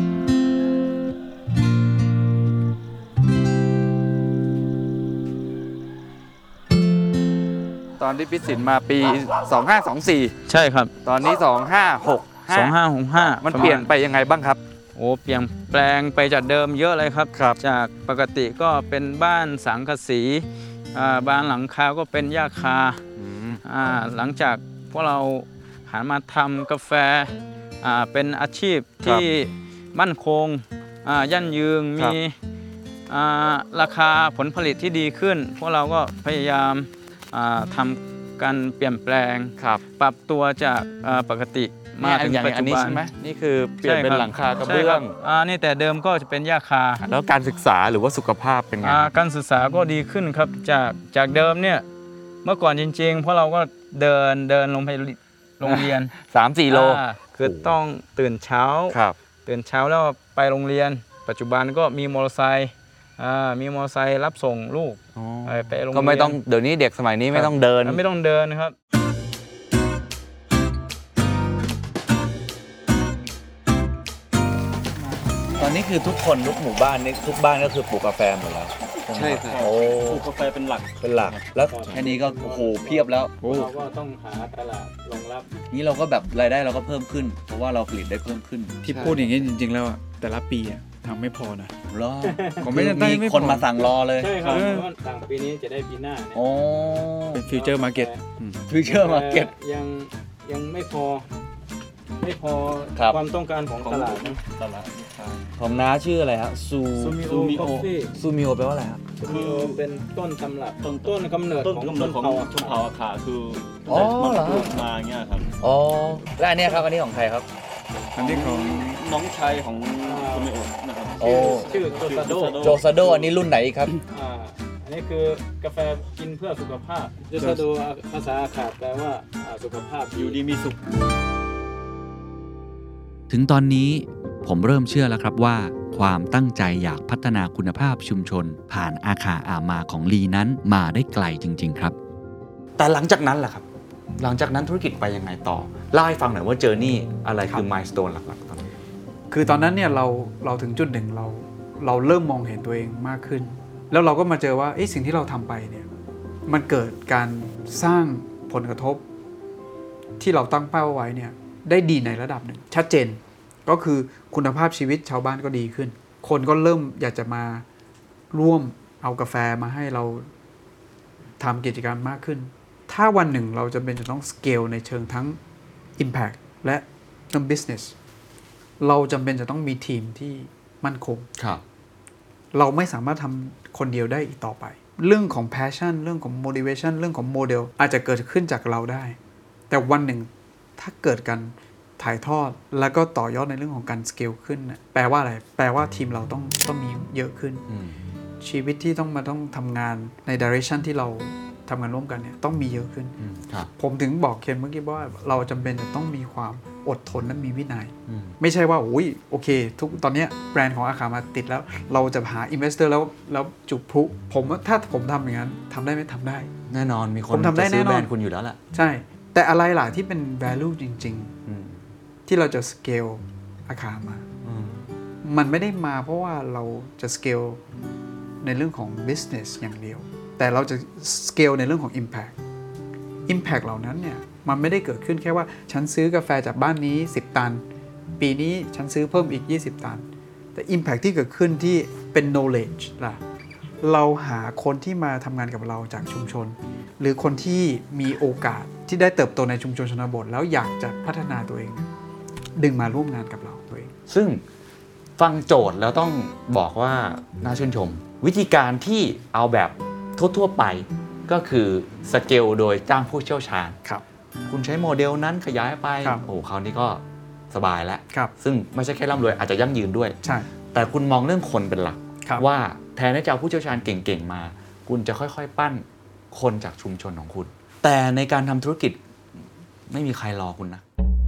ตอนที่พี่สินมาปีสองห้าสองสี่ใช่ครับตอนนี้สองห้าหกห้าสองห้าหกห้ามันเปลี่ยนไปยังไงบ้างครับโอ้เปลี่ยนแปลงไปจากเดิมเยอะเลยครับจากปกติก็เป็นบ้านสังกะสีบ้านหลังคาก็เป็นหญ้าคาหลังจากพวกเราหันมาทำกาแฟเป็นอาชีพที่มั่นคงยั่งยืนมีราคาผลผลิตที่ดีขึ้นพวกเราก็พยายามทำการเปลี่ยนแปลงปรับตัวจากปกติมาถึงปัจจุบันใช่ไหมนี่คือเปลี่ยนเป็นหลังคากระเบื้องอ่านี่แต่เดิมก็จะเป็นหญ้าคาแล้วการศึกษาหรือว่าสุขภาพเป็นไงการศึกษาก็ดีขึ้นครับจากจากเดิมเนี่ยเมื่อก่อนจริงๆเพราะเราก็เดินเดินลงไปโรงเรียนสามสี่ โลคือต้องตื่นเช้าตื่นเช้าแล้วไปโรงเรียนปัจจุบันก็มีมอเตอร์ไซค์มีมอเตอร์ไซค์รับส่งลูกไปโรงเรียนก็ไม่ต้องเดี๋ยวนี้เด็กสมัยนี้ไม่ต้องเดินไม่ต้องเดินนะครับตอนนี้คือทุกคนทุกหมู่บ้านนี่ทุกบ้านก็คือปลูกกาแฟหมดแล้วใช่ครับปลูกกาแฟเป็นหลักเป็นหลักแล้วแค่นี้ก็โอ้โหเพียบแล้วเราก็ต้องหาตลาดรองรับนี่เราก็แบบรายได้เราก็เพิ่มขึ้นเพราะว่าเราผลิตได้เพิ่มขึ้นที่พูดอย่างนี้จริงๆแล้วแต่ละปีทำไม่พอนะรอผมไม่ได้มีคนมาสั่งรอเลยใช่ครับสั่งปีนี้จะได้ปีหน้าเนี่ยโอ้เป็นฟิวเจอร์มาร์เก็ตฟิวเจอร์มาร์เก็ตยังยังไม่พอไม่พอความต้องการของตลาดนะตลาดของน้าชื่ออะไรครับซูซูมิโอซูมิโอแปลว่าอะไรครับซูมิโอเป็นต้นตำรับต้นต้นกำเนิดของชนเผ่าชนเผ่าอาขาคืออ๋อเหรอมาเงี้ยครับอ๋อแล้วอันนี้ครับอันนี้ของใครครับอันนี้ของน้องชายของคุณเมโอะนะครับโอ้ชื่อโจซาโดโจซาโดอันนี้รุ่นไหนครับอ่าอันนี้คือกาแฟกินเพื่อสุขภาพโจซาโดภาษาอาขาแปลว่าอ่าสุขภาพอยู่ดีมีสุขถึงตอนนี้ผมเริ่มเชื่อแล้วครับว่าความตั้งใจอยากพัฒนาคุณภาพชุมชน ผ่านอาคาอามาของลีนั้นมาได้ไกลจริงๆครับแต่หลังจากนั้นล่ะครับ หลังจากนั้นธุรกิจไปยังไงต่อเล่าให้ฟังหน่อยว่าเจอร์นี่อะไรคือมายสโตนหลักๆตอนนั้นคือตอนนั้นเนี่ยเราเราถึงจุดหนึ่งเราเราเริ่มมองเห็นตัวเองมากขึ้น แล้วเราก็มาเจอว่าเอ๊ะสิ่งที่เราทำไปเนี่ยมันเกิดการสร้างผลกระทบที่เราตั้งเป้าไว้เนี่ยได้ดีในระดับหนึ่งชัดเจนก็คือคุณภาพชีวิตชาวบ้านก็ดีขึ้น คนก็เริ่มอยากจะมาร่วมเอากาแฟมาให้เราทำกิจกรรมมากขึ้นถ้าวันหนึ่งเราจะเป็นจะต้องสเกลในเชิงทั้ง Impact และเรื่อง Business เราจำเป็นจะต้องมีทีมที่มั่นคงครับเราไม่สามารถทำคนเดียวได้อีกต่อไป เรื่องของ passion เรื่องของ motivation เรื่องของโมเดลอาจจะเกิดขึ้นจากเราได้ แต่วันหนึ่งถ้าเกิดการถ่ายทอดแล้วก็ต่อยอดในเรื่องของการสเกลขึ้นนะแปลว่าอะไร แปลว่าทีมเราต้องต้องมีเยอะขึ้น ชีวิตที่ต้องมาต้องทำงานใน direction ที่เราทำงานร่วมกันเนี่ยต้องมีเยอะขึ้น ผมถึงบอกเคนเมื่อกี้ว่าเราจำเป็นจะต้องมีความอดทนและมีวินัย ไม่ใช่ว่าโอ้ยโอเคทุกตอนนี้แบรนด์ของอาคามาติดแล้วเราจะหา investor แล้วแล้วจุกพลุผมถ้าผมทำอย่างนั้นทำได้ไหมทำได้แน่นอนมีคนผมทำได้จะซื้อแน่นอนแบรนด์คุณอยู่แล้วแหละใช่แต่อะไรล่ะที่เป็น value จริงๆที่เราจะ scale อาคามามันไม่ได้มาเพราะว่าเราจะ scale ในเรื่องของ business อย่างเดียวแต่เราจะ scale ในเรื่องของ impact impact เหล่านั้นเนี่ยมันไม่ได้เกิดขึ้นแค่ว่าฉันซื้อกาแฟจากบ้านนี้สิบตันปีนี้ฉันซื้อเพิ่มอีกยี่สิบตันแต่ impact ที่เกิดขึ้นที่เป็น knowledge ล่ะเราหาคนที่มาทำงานกับเราจากชุมชนหรือคนที่มีโอกาสที่ได้เติบโตในชุมชนชนบทแล้วอยากจะพัฒนาตัวเองดึงมาร่วมงานกับเราตัวเองซึ่งฟังโจทย์แล้วต้องบอกว่าน่าชื่นชมวิธีการที่เอาแบบทั่วๆไปก็คือสเกลโดยจ้างผู้เชี่ยวชาญครับคุณใช้โมเดลนั้นขยายไปโอ้คราวนี้ก็สบายแล้วซึ่งไม่ใช่แค่ร่ำรวยอาจจะยั่งยืนด้วยใช่แต่คุณมองเรื่องคนเป็นหลักว่าแทนที่จะเอาผู้เชี่ยวชาญเก่งๆมาคุณจะค่อยๆปั้นคนจากชุมชนของคุณแต่ในการทำธุรกิจไม่มีใครรอคุณนะ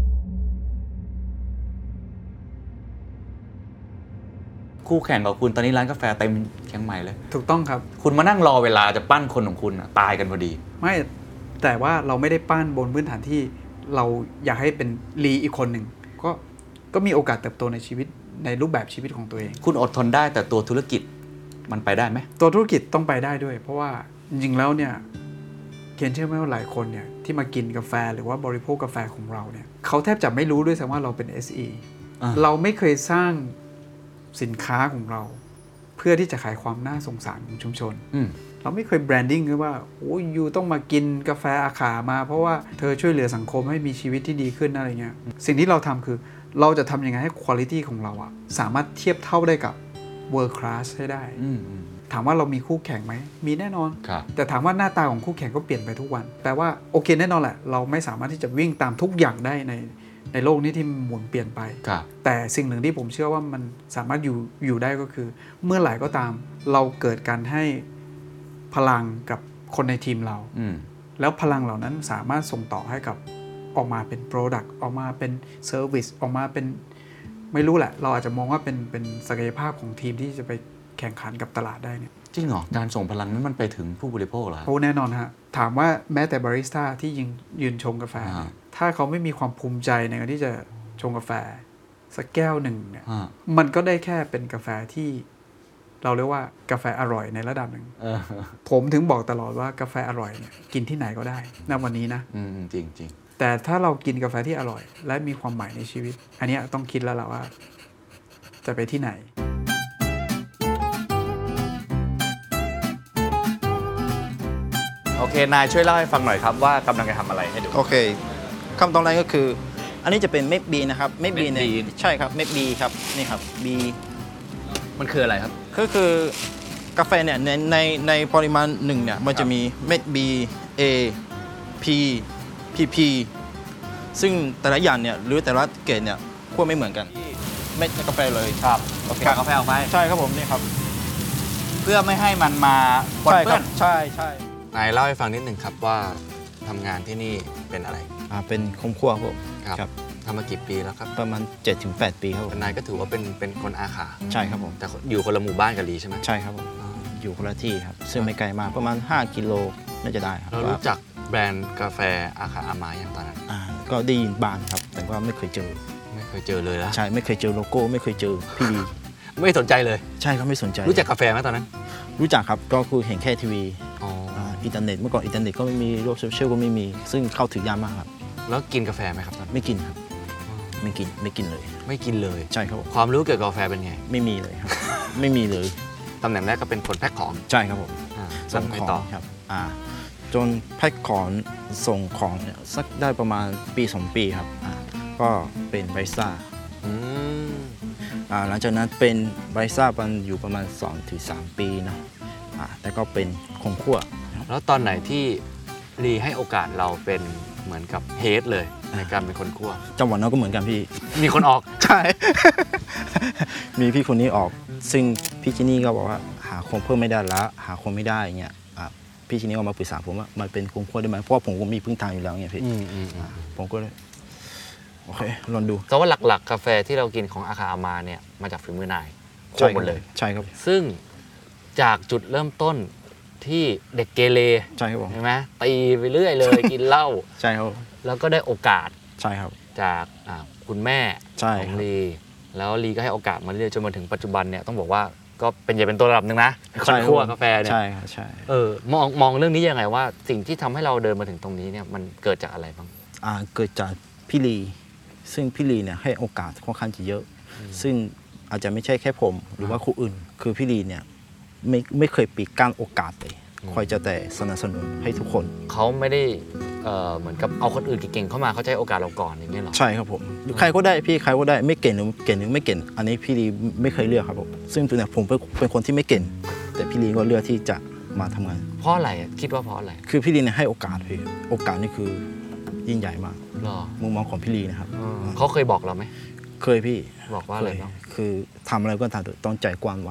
คู่แข่งกับคุณตอนนี้ร้านกาแฟเต็มเชียงใหม่เลยถูกต้องครับคุณมานั่งรอเวลาจะปั้นคนของคุณตายกันพอดีไม่แต่ว่าเราไม่ได้ปั้นบนพื้นฐานที่เราอยากให้เป็นลีอีกคนหนึ่งก็ก็มีโอกาสเติบโตในชีวิตในรูปแบบชีวิตของตัวเองคุณอดทนได้แต่ตัวธุรกิจมันไปได้ไหมตัวธุรกิจต้องไปได้ด้วยเพราะว่าจริงๆแล้วเนี่ยเคนเชื่อไหมว่าหลายคนเนี่ยที่มากินกาแฟหรือว่าบริโภคกาแฟของเราเนี่ยเขาแทบจะไม่รู้ด้วยซ้ำว่าเราเป็น เอส อี เราไม่เคยสร้างสินค้าของเราเพื่อที่จะขายความน่าสงสารของชุมชนเราไม่เคยแบรนดิ้งเลยว่าโอ้ยยูต้องมากินกาแฟอาขามาเพราะว่าเธอช่วยเหลือสังคมให้มีชีวิตที่ดีขึ้นอะไรเงี้ยสิ่งที่เราทำคือเราจะทำยังไงให้คุณภาพของเราอะสามารถเทียบเท่าได้กับ world class ให้ได้ถามว่าเรามีคู่แข่งไหมมีแน่นอนแต่ถามว่าหน้าตาของคู่แข่งก็เปลี่ยนไปทุกวันแปลว่าโอเคแน่นอนแหละเราไม่สามารถที่จะวิ่งตามทุกอย่างได้ในในโลกนี้ที่หมุนเปลี่ยนไปแต่สิ่งหนึ่งที่ผมเชื่อว่ามันสามารถอยู่อยู่ได้ก็คือเมื่อไหร่ก็ตามเราเกิดการให้พลังกับคนในทีมเราแล้วพลังเหล่านั้นสามารถส่งต่อให้กับออกมาเป็น Product ออกมาเป็น Service ออกมาเป็นไม่รู้แหละเราอาจจะมองว่าเป็นเป็นศักยภาพของทีมที่จะไปแข่งขันกับตลาดได้เนี่ยจริงเหรอการส่งพลังนั้นมันไปถึงผู้บริโภคเหรอโอ้แน่นอนฮะถามว่าแม้แต่บาริสต้าที่ยืนยืนชงกาแฟถ้าเขาไม่มีความภูมิใจในการที่จะชงกาแฟสักแก้วหนึ่งเนี่ยมันก็ได้แค่เป็นกาแฟที่เราเรียกว่ากาแฟอร่อยในระดับหนึ่งผมถึงบอกตลอดว่ากาแฟอร่อยเนี่ยกินที่ไหนก็ได้ณวันนี้นะจริงจริงแต่ถ้าเรากินกาแฟที่อร่อยและมีความหมายในชีวิตอันนี้ต้องคิดแล้วล่ะว่าจะไปที่ไหนโอเคนายช่วยเล่าให้ฟังหน่อยครับว่ากำลังจะทำอะไรให้ดูโอเคคำตอนแรกก็คืออันนี้จะเป็นเม็ดบีนะครับเม็ดบีเนี่ยใช่ครับเม็ดบีครับนี่ครับบีมันคืออะไรครับก็คือกาแฟเนี่ยในในในปริมาณหนึ่งเนี่ยมันจะมีเม็ด B A P P P ซึ่งแต่ละอย่างเนี่ยหรือแต่ละเกรดเนี่ยขั้วไม่เหมือนกันเม็ดกาแฟเลยครับโอเคกาแฟออกไปใช่ครับผมนี่ครับเพื่อไม่ให้มันมาปนใช่คเปื้รัอนใช่ใช่นายเล่าให้ฟังนิดหนึ่งครับว่าทำงานที่นี่เป็นอะไรอ่าเป็นคมครัวครับผม ครับทำมากี่ปีแล้วครับประมาณ เจ็ดถึงแปด ปีครับผมนายก็ถือว่าเป็นเป็นคนอาขาใช่ครับผมแต่อยู่คนละหมู่บ้านกับลีใช่ไหมใช่ครับผมอยู่คนละที่ครับซึ่งไม่ไกลมากประมาณ ห้า กิโลน่าจะได้ครับเรารู้จักแบรนด์กาแฟอาขาอามาอย่างตอนนั้นอ่าก็ได้ยินบ้างครับ แต่ว่าไม่เคยเจอไม่เคยเจอเลยแล้วใช่ไม่เคยเจอโลโก้ไม่เคยเจอพี่ลีไม่สนใจเลยใช่ครับไม่สนใจรู้จักกาแฟไหมตอนนั้นรู้จักครับก็คือเห็นแค่ทีวีอ๋ออ่าอินเทอร์เน็ตเมื่อก่อนอินเทอร์เน็ตก็ไม่มีโลกโซเชียลก็ไม่มี ซึ่งเข้าถึงยากมากครับแล้วกินกาแฟไหมครับตอนนั้นไม่กินครับ ไม่กินไม่กินเลยไม่กินเลยใช่ครับผมความรู้เกี่ยวกับกาแฟเป็นไงไม่มีเลยครับ ไม่มีเลยตำแหน่งแรกก็เป็นคนแพ็คของใช่ครับผมอ่าส่งไปของต่อครับอ่าจนแพ็คของส่งของเนี่ยสักได้ประมาณปีสองปีครับอ่าก็เป็นบาริสต้าอืมอ่าหลังจากนั้นเป็นบาริสต้ามันอยู่ประมาณ สองถึงสาม ปีนะอ่าแต่ก็เป็นคงคั่วแล้วตอนไหนที่ลีให้โอกาสเราเป็นเหมือนกับเฮดเลยในการเป็นคนคั่วจังหวะนั้นก็เหมือนกันพี่มีคนออกใช่ มีพี่คนนี้ออก ซึ่งพี่ชินี่ก็บอกว่าหาคนเพิ่มไม่ได้ละหาคนไม่ได้เงี้ยอ่ะพี่ชินี่ก็มาปรึกษาผมว่ามันเป็นคงคั่วได้ไหมเพราะว่าผมก็มีพื้นฐานอยู่แล้วเงี้ยพี่อืมอืมอืมผมก็เลยโอเคลองดูแต่ว่าหลักๆ กาแฟที่เรากินของอาคาอามาเนี่ยมาจากฝีมือนายคั่วหมดเลยใช่ครับซึ่งจากจุดเริ่มต้นที่เด็กเกเรใช่ครับผมใช่ไหมตีไปเรื่อยเลย กินเหล้าใช่ครับแล้วก็ได้โอกาสใช่ครับจากอ่าคุณแม่ใช่ของครับลีแล้วลีก็ให้โอกาสมาเรื่อยๆจนมาถึงปัจจุบันเนี่ยต้องบอกว่าก็เป็นใหญ่เป็นตัวระดับหนึ่งนะคนคั่วกาแฟเนี่ยใช่ครับใช่เออมองมองเรื่องนี้ยังไงว่า สิ่งที่ทำให้เราเดินมาถึงตรงนี้เนี่ยมันเกิดจากอะไรบ้างอ่าเกิดจากพี่ลีซึ่งพี่ลีเนี่ยให้โอกาสค่อนข้างจะเยอะ ซึ่งอาจจะไม่ใช่แค่ผมหรือว่าคนอื่น คือพี่ลีเนี่ยไม่ไม่เคยปิดกั้นโอกาสเลยคอยจะแต่สนับสนุนให้ทุกคนเขาไม่ได้เอ่อเหมือนกับเอาคนอื่นเก่งๆเข้ามาเขาจะให้โอกาสเราก่อนอย่างเงี้ยหรอใช่ครับผมใครก็ได้พี่ใครก็ได้ไม่เก่งหรือเก่งหรือไม่เก่ง อันนี้พี่ลีไม่เคยเลือกครับผมซึ่งตัวเนี่ยผมเป็นเป็นคนที่ไม่เก่ง แต่พี่ลีก็เลือกที่จะมาทำงานเพราะอะไรอะคิดว่าเพราะอะไรคือพี่ลีเนี่ยให้โอกาสพี่โอกาสนี่คือยิ่งใหญ่มากหรอมุมมองของพี่ลีนะครับเออเขาเคยบอกเราไหมเคยพี่บอกว่าอะไรบ้างเคยคือทำอะไรก็ตามต้องใจกว้างไว้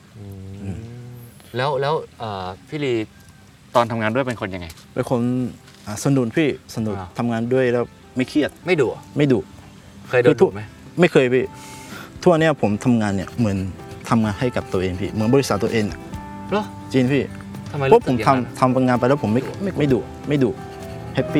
แล้วแล้วเอ่อพี่ลีตอนทำงานด้วยเป็นคนยังไงเป็นคนอ่าสนุนพี่สนุนอ่าทำงานด้วยแล้วไม่เครียดไม่ดุอะไม่ดุเคยโดนดุไหมไม่เคยพี่ทั่วเนี้ยผมทำงานเนี่ยเหมือนทำงานให้กับตัวเองพี่เหมือนบริษัทตัวเองอะเหรอจริงพี่ทำไมเพรู้ราะสึผกมอย่างนั้นทำทำงานไปแล้วผมไม่ไม่ไม่ดุไม่ดุแฮปปี้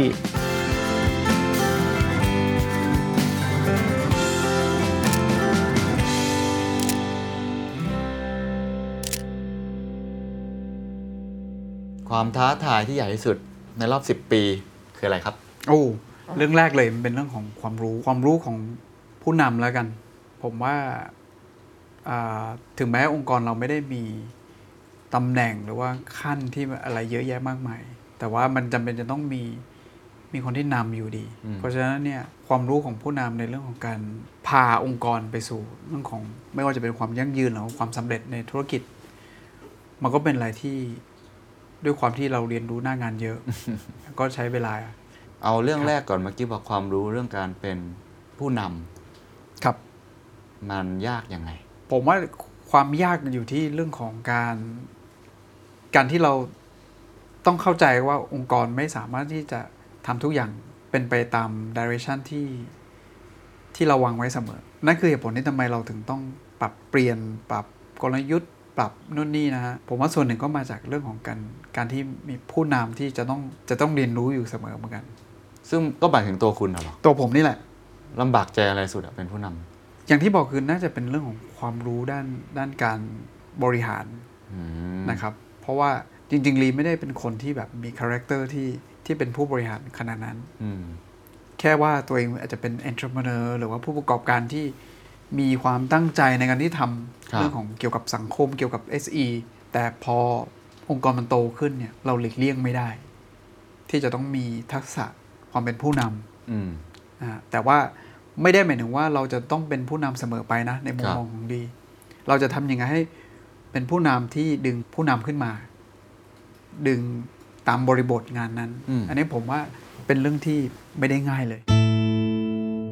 ความท้าทายที่ใหญ่ที่สุดในรอบสิบปีคืออะไรครับโอ้เรื่องแรกเลยมันเป็นเรื่องของความรู้ความรู้ของผู้นำแล้วกัน ผมว่าอ่าถึงแม้องค์กรเราไม่ได้มีตำแหน่งหรือว่าขั้นที่อะไรเยอะแยะมากมาย แต่ว่ามันจำเป็นจะต้องมีมีคนที่นำอยู่ดี เพราะฉะนั้นเนี่ยความรู้ของผู้นำในเรื่องของการพาองค์กรไปสู่เรื่องของไม่ว่าจะเป็นความยั่งยืนหรือความสำเร็จในธุรกิจ มันก็เป็นอะไรที่ด้วยความที่เราเรียนรู้หน้างานเยอะ ก็ใช้เวลาเอาเรื่องแรกก่อนเมื่อกี้บอกความรู้เรื่องการเป็นผู้นำครับมันยากยังไงผมว่าความยากมันอยู่ที่เรื่องของการการที่เราต้องเข้าใจว่าองค์กรไม่สามารถที่จะทำทุกอย่างเป็นไปตาม direction ที่ที่เราวางไว้เสมอ นั่นคือเหตุผลที่ทำไมเราถึงต้องปรับเปลี่ยนปรับกลยุทธ์ ปรับนู่นนี่นะฮะผมว่าส่วนหนึ่งก็มาจากเรื่องของการการที่มีผู้นำที่จะต้องจะต้องเรียนรู้อยู่เสมอเหมือนกันซึ่งก็หมายถึงตัวคุณเหรอตัวผมนี่แหละลำบากใจอะไรสุดอะเป็นผู้นำอย่างที่บอกคือน่าจะเป็นเรื่องของความรู้ด้านด้านการบริหารอืมนะครับเพราะว่าจริงๆลีไม่ได้เป็นคนที่แบบมีคาแรคเตอร์ที่ที่เป็นผู้บริหารขนาดนั้นอืมแค่ว่าตัวเองอาจจะเป็น entrepreneur หรือว่าผู้ประกอบการที่มีความตั้งใจในการที่ทำเรื่องของเกี่ยวกับสังคมเกี่ยวกับ เอส อี แต่พอองค์กรมันโตขึ้นเนี่ยเราหลีกเลี่ยงไม่ได้ ที่จะต้องมีทักษะความเป็นผู้นอืมำอ่าแต่ว่าไม่ได้หมายถึงว่าเราจะต้องเป็นผู้นำเสมอไปนะในมุมครับมองของลีเราจะทำยังไงให้เป็นผู้นำที่ดึงผู้นำขึ้นมา ดึงตามบริบทงานนั้นอืมอันนี้ผมว่าเป็นเรื่องที่ไม่ได้ง่ายเลย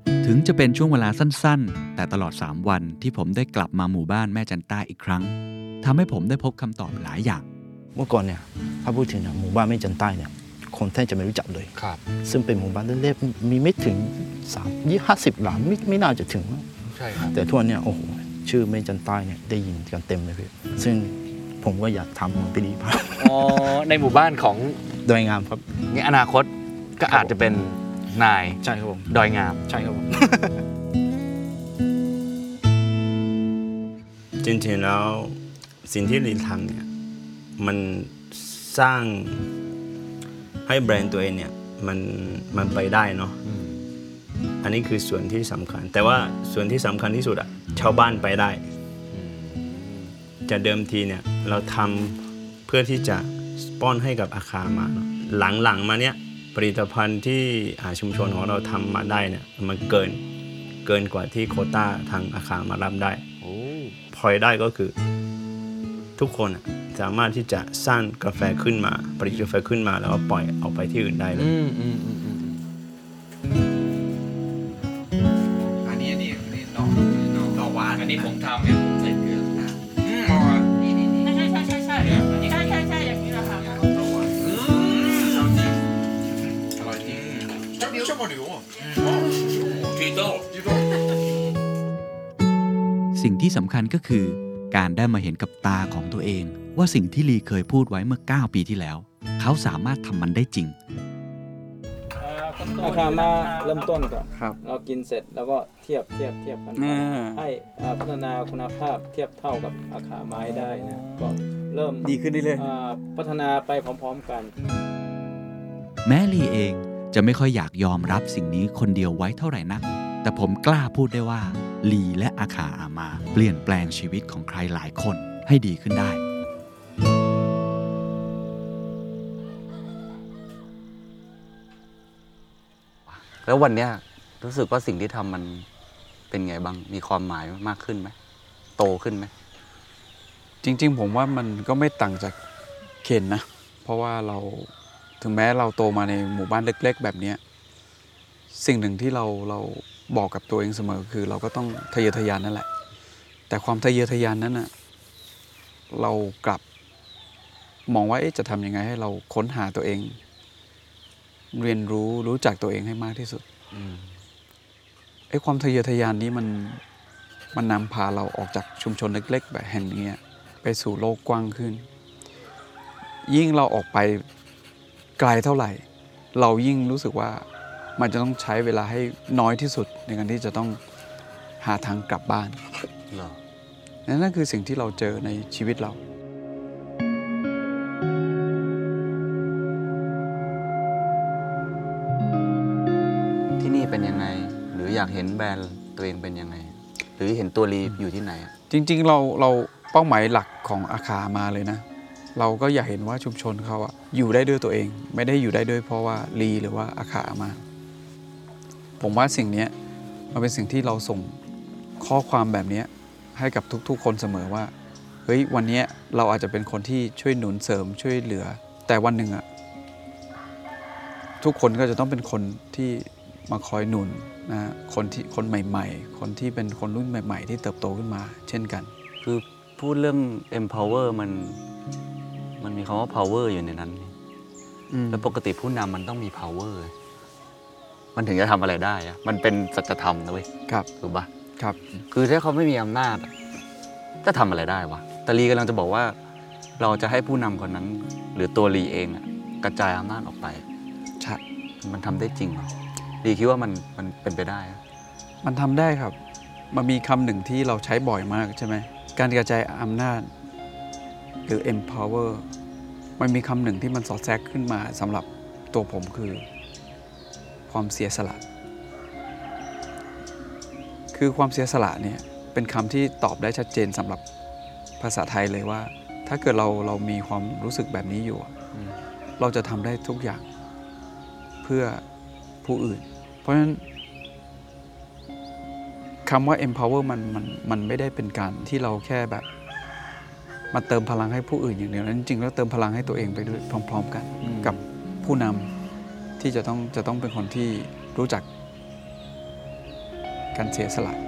ถึงจะเป็นช่วงเวลาสั้นๆแต่ตลอดสามวันที่ผมได้กลับมาหมู่บ้านแม่จันต้าอีกครั้งทำให้ผมได้พบคำตอบหลายอย่างเมื่อก่อนเนี่ยถ้าพูดถึงหมู่บ้านแม่จันใต้เนี่ยคนแทบจะไม่รู้จักเลยครับซึ่งเป็นหมู่บ้านเล็กๆมีไม่ถึงสามยี่ห้าสิบหลังไม่ไม่น่าจะถึงใช่ครับแต่ทั่วเนี่ยโอ้โหชื่อแม่จันใต้เนี่ยได้ยินกันเต็มเลยพี่ซึ่งผมก็อยากทำมันไปดีครับอ๋อในหมู่บ้านของดอยงามครับนี่อนาคตก็อาจจะเป็นนายใช่ครับผมดอยงามใช่ครับผมจริงๆแล้วสิ่งที่ลีทำเนี่ยมันสร้างให้แบรนด์ตัวเองเนี่ยมันมันไปได้เนาะอันนี้คือส่วนที่สำคัญแต่ว่าส่วนที่สำคัญที่สุดอะชาวบ้านไปได้จะเดิมทีเนี่ยเราทำเพื่อที่จะสปอนให้กับอาคามาหลังๆมาเนี่ยผลิตภัณฑ์ที่ชุมชนของเราทำมาได้เนี่ยมันเกินเกินกว่าที่โควต้าทางอาคามารับได้พอได้ก็คือทุกคนสามารถที่จะสร้างกาแฟขึ้นมาผลิตกาแฟขึ้นมาแล้วก็ปล่อยออกไปที่อื่นได้เลยอันนี้นี่นี่ดอกดอกหวานอันนี้ผมทำเนี่ยผมใส่เกลืออืมนี่นี่นี่ใช่ใช่ใช่ใช่ใช่ใช่ใช่อย่างนี้แหละครับดอกหวานอืมอร่อยจริง这这么牛啊巨豆巨豆สิ่งที่สำคัญก็คือการได้มาเห็นกับตาของตัวเองว่าสิ่งที่ลีเคยพูดไว้เมื่อเก้าปีที่แล้วเขาสามารถทำมันได้จริงอาคามาเริ่มต้นก่อนเรากินเสร็จแล้วก็เทียบเทียบเทียบกันให้พัฒนาคุณภาพเทียบเท่ากับอาคาไม้ได้นะก็เริ่มดีขึ้นเรื่อยๆพัฒนาไปพร้อมๆกันแม้ลีเองจะไม่ค่อยอยากยอมรับสิ่งนี้คนเดียวไว้เท่าไหร่นักแต่ผมกล้าพูดได้ว่าลีและอาคาอามาเปลี่ยนแปลงชีวิตของใครหลายคนให้ดีขึ้นได้แล้ววันนี้รู้สึกว่าสิ่งที่ทำมันเป็นไงบ้างมีความหมายมากขึ้นไหมโตขึ้นไหมจริงๆผมว่ามันก็ไม่ต่างจากเคนนะเพราะว่าเราถึงแม้เราโตมาในหมู่บ้านเล็กๆแบบนี้สิ่งหนึ่งที่เราเราบอกกับตัวเองเสมอคือเราก็ต้องทะเยอทะยานนั่นแหละแต่ความทะเยอทะยานนั้นน่ะเรากลับมองว่าเอ๊ะจะทำยังไงให้เราค้นหาตัวเองเรียนรู้รู้จักตัวเองให้มากที่สุดไอ้ความทะเยอทะยานนี้มันมันนำพาเราออกจากชุมชนเล็กๆแบบแห่งนี้ไปสู่โลกกว้างขึ้นยิ่งเราออกไปไกลเท่าไหร่เรายิ่งรู้สึกว่ามันจะต้องใช้เวลาให้น้อยที่สุดในการที่จะต้องหาทางกลับบ้านนั่นคือสิ่งที่เราเจอในชีวิตเราที่นี่เป็นยังไงหรืออยากเห็นแบรนด์ตัวเองเป็นยังไงหรือเห็นตัวลีอยู่ที่ไหนจริงๆเราเราเป้าหมายหลักของอาคามาเลยนะเราก็อยากเห็นว่าชุมชนเขาอะอยู่ได้ด้วยตัวเองไม่ได้อยู่ได้ด้วยเพราะว่าลีหรือว่าอาคามาผมว่าสิ่งนี้มันเป็นสิ่งที่เราส่งข้อความแบบนี้ให้กับทุกๆคนเสมอว่าเฮ้ยวันนี้เราอาจจะเป็นคนที่ช่วยหนุนเสริมช่วยเหลือแต่วันหนึ่งอะทุกคนก็จะต้องเป็นคนที่มาคอยหนุนนะคนที่คนใหม่ๆคนที่เป็นคนรุ่นใหม่ๆที่เติบโตขึ้นมาเช่นกันคือพูดเรื่อง empower มันมันมีคำว่า power อยู่ในนั้นแล้วปกติผู้นำมันต้องมี power มันถึงจะทำอะไรได้อะมันเป็นสัจธรรมนะเว้ยครับถูกปะครับคือถ้าเขาไม่มีอำนาจจะทำอะไรได้วะแต่ลีกำลังจะบอกว่าเราจะให้ผู้นำคนนั้นหรือตัวลีเองอะกระจายอำนาจออกไปใช่มันทำได้จริงเหรอลีคิดว่ามันมันเป็นไปได้มันทำได้ครับมันมีคำหนึ่งที่เราใช้บ่อยมากใช่ไหมการกระจายอำนาจหรือ empower มันมีคำหนึ่งที่มันสอดแทรกขึ้นมาสำหรับตัวผมคือความเสียสละคือความเสียสละเนี่ยเป็นคำที่ตอบได้ชัดเจนสำหรับภาษาไทยเลยว่าถ้าเกิดเราเรามีความรู้สึกแบบนี้อยู่เราจะทำได้ทุกอย่างเพื่อผู้อื่นเพราะฉะนั้นคำว่า empower มันมันมันไม่ได้เป็นการที่เราแค่แบบมาเติมพลังให้ผู้อื่นอย่างเดียวนั้นจริงๆแล้วเติมพลังให้ตัวเองไปด้วยพร้อมๆกันกับผู้นำที่จะต้องจะต้องเป็นคนที่รู้จักการเสียสละ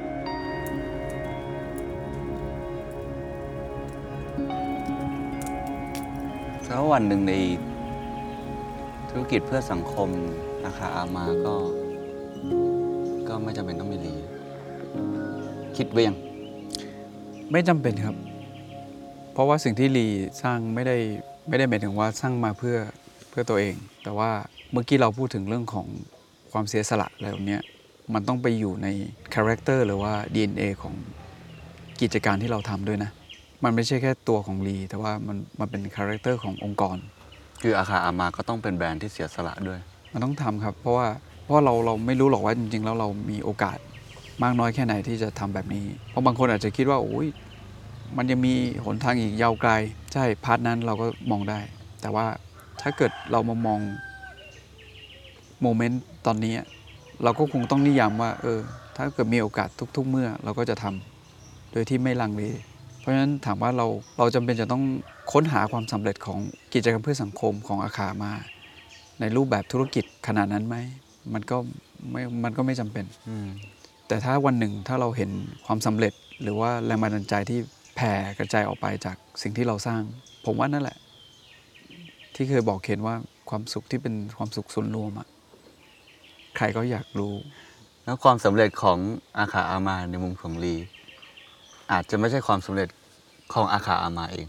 แล้ววันหนึ่งในธุรกิจเพื่อสังคมอาคาอามาก็ ก็ไม่จำเป็นต้องมีลีคิดไว้ยังไม่จำเป็นครับ เพราะว่าสิ่งที่ลีสร้างไม่ได้ไม่ได้หมายถึงว่าสร้างมาเพื่อเพื่อตัวเอง แต่ว่าเมื่อกี้เราพูดถึงเรื่องของความเสียสละอะไรแบบนี้มันต้องไปอยู่ในคาแรคเตอร์หรือว่า ดี เอ็น เอ ของกิจการที่เราทำด้วยนะมันไม่ใช่แค่ตัวของลีแต่ว่ามันมันเป็นคาแรคเตอร์ขององค์กรคืออาคาอามาก็ต้องเป็นแบรนด์ที่เสียสละด้วยมันต้องทำครับเพราะว่าเพราะเราเราไม่รู้หรอกว่าจริงๆแล้วเรามีโอกาสมากน้อยแค่ไหนที่จะทำแบบนี้เพราะบางคนอาจจะคิดว่าโอ้ยมันยังมีหนทางอีกยาวไกลใช่พาร์ทนั้นเราก็มองได้แต่ว่าถ้าเกิดเรามามองโมเมนต์ตอนนี้เราก็คงต้องนิยามว่าเออถ้าเกิดมีโอกาสทุกๆเมื่อเราก็จะทำโดยที่ไม่ลังเลเพราะฉะนั้นถามว่าเราเราจำเป็นจะต้องค้นหาความสำเร็จของกิจกรรมเพื่อสังคมของอาคามาในรูปแบบธุรกิจขนาดนั้นไหมมันก็ไม่มันก็ไม่จำเป็นแต่ถ้าวันหนึ่งถ้าเราเห็นความสำเร็จหรือว่าแรงบันดาลใจที่แผ่กระจายออกไปจากสิ่งที่เราสร้างผมว่านั่นแหละที่เคยบอกเคนว่าความสุขที่เป็นความสุขส่วนรวมอะใครก็อยากรู้แล้วความสำเร็จของอาคาอามาในมุมของลีอาจจะไม่ใช่ความสำเร็จของอาคาอามาเอง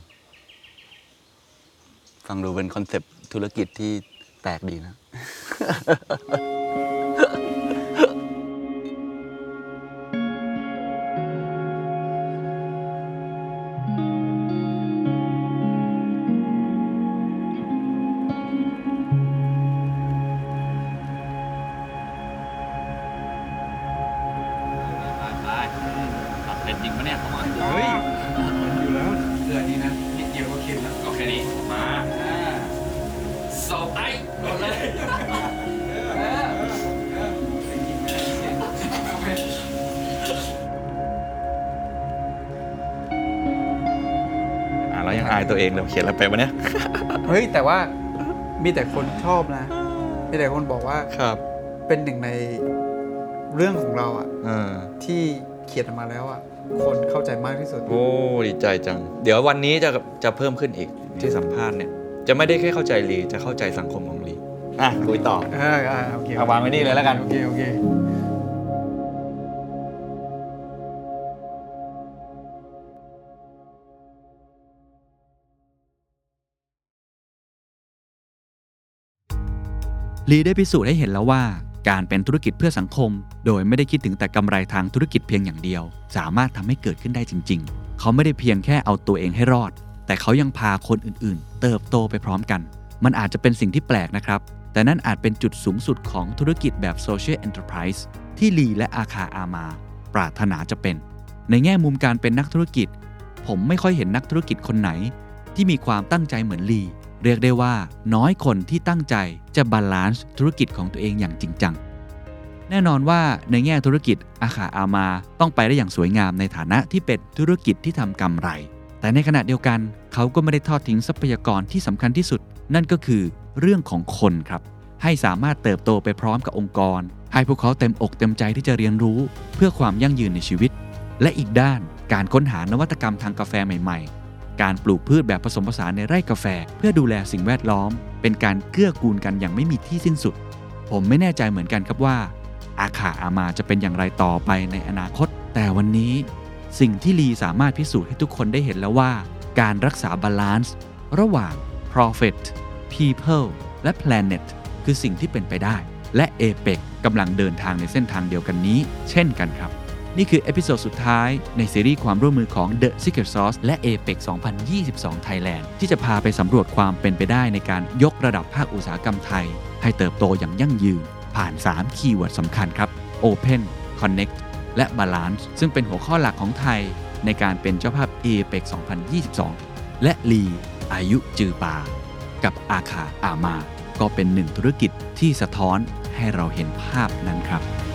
ฟังดูเป็นคอนเซปต์ธุรกิจที่แปลกดีนะเป็นจริงปะเนี่ยเขามาเฮ้ยอยู่แล้วเดือนนี้นะนิดเดียวก็เค็มแล้วก็แค่นี้มาโซไตหมดเลยอ่าเรายังอายตัวเองเลยเขียนอะไรไปวะเนี่ยเฮ้ยแต่ว่ามีแต่คนชอบนะมีแต่คนบอกว่าครับเป็นหนึ่งในเรื่องของเราอ่ะที่เขียนออกมาแล้วอ่ะคนเข้าใจมากที่สุดโอ้ดีใจจังเดี๋ยววันนี้จะจะเพิ่มขึ้นอีกที่สัมภาษณ์เนี่ยจะไม่ได้แค่เข้าใจลีจะเข้าใจสังคมของลีอ่ะคุยต่ออ่าอ่าโอเคเอาวางไว้นี่เลยแล้วกันโอเคโอเคลีได้พิสูจน์ให้เห็นแล้วว่าการเป็นธุรกิจเพื่อสังคมโดยไม่ได้คิดถึงแต่กำไรทางธุรกิจเพียงอย่างเดียวสามารถทำให้เกิดขึ้นได้จริงๆเขาไม่ได้เพียงแค่เอาตัวเองให้รอดแต่เขายังพาคนอื่นๆเติบโตไปพร้อมกันมันอาจจะเป็นสิ่งที่แปลกนะครับแต่นั่นอาจเป็นจุดสูงสุดของธุรกิจแบบ Social Enterprise ที่ลีและอาคาอามาปรารถนาจะเป็นในแง่มุมการเป็นนักธุรกิจผมไม่ค่อยเห็นนักธุรกิจคนไหนที่มีความตั้งใจเหมือนลีเรียกได้ว่าน้อยคนที่ตั้งใจจะบาลานซ์ธุรกิจของตัวเองอย่างจริงจังแน่นอนว่าในแง่ธุรกิจอาคาอามาต้องไปได้อย่างสวยงามในฐานะที่เป็นธุรกิจที่ทำกำไรแต่ในขณะเดียวกันเขาก็ไม่ได้ทอดทิ้งทรัพยากรที่สำคัญที่สุดนั่นก็คือเรื่องของคนครับให้สามารถเติบโตไปพร้อมกับองค์กรให้พวกเขาเต็มอกเต็มใจที่จะเรียนรู้เพื่อความยั่งยืนในชีวิตและอีกด้านการค้นหานวัตกรรมทางกาแฟใหม่ๆการปลูกพืชแบบผสมผสานในไร่กาแฟเพื่อดูแลสิ่งแวดล้อมเป็นการเกื้อกูลกันอย่างไม่มีที่สิ้นสุดผมไม่แน่ใจเหมือนกันครับว่าอาคาอามาจะเป็นอย่างไรต่อไปในอนาคตแต่วันนี้สิ่งที่ลีสามารถพิสูจน์ให้ทุกคนได้เห็นแล้วว่าการรักษาบาลานซ์ระหว่าง profit people และ planet คือสิ่งที่เป็นไปได้และ เอ เปก กำลังเดินทางในเส้นทางเดียวกันนี้เช่นกันครับนี่คือเอพิโซดสุดท้ายในซีรีส์ความร่วมมือของ The Secret Sauce และ เอ เปก สองพันยี่สิบสอง Thailand ที่จะพาไปสำรวจความเป็นไปได้ในการยกระดับภาคอุตสาหกรรมไทยให้เติบโตอย่างยั่งยืนผ่านสามคีย์เวิร์ดสำคัญครับ Open Connect และ Balance ซึ่งเป็นหัวข้อหลักของไทยในการเป็นเจ้าภาพ เอ เปก สองพันยี่สิบสอง และลีอายุจือปากับอาคาอามาก็เป็นหนึ่งธุรกิจที่สะท้อนให้เราเห็นภาพนั้นครับ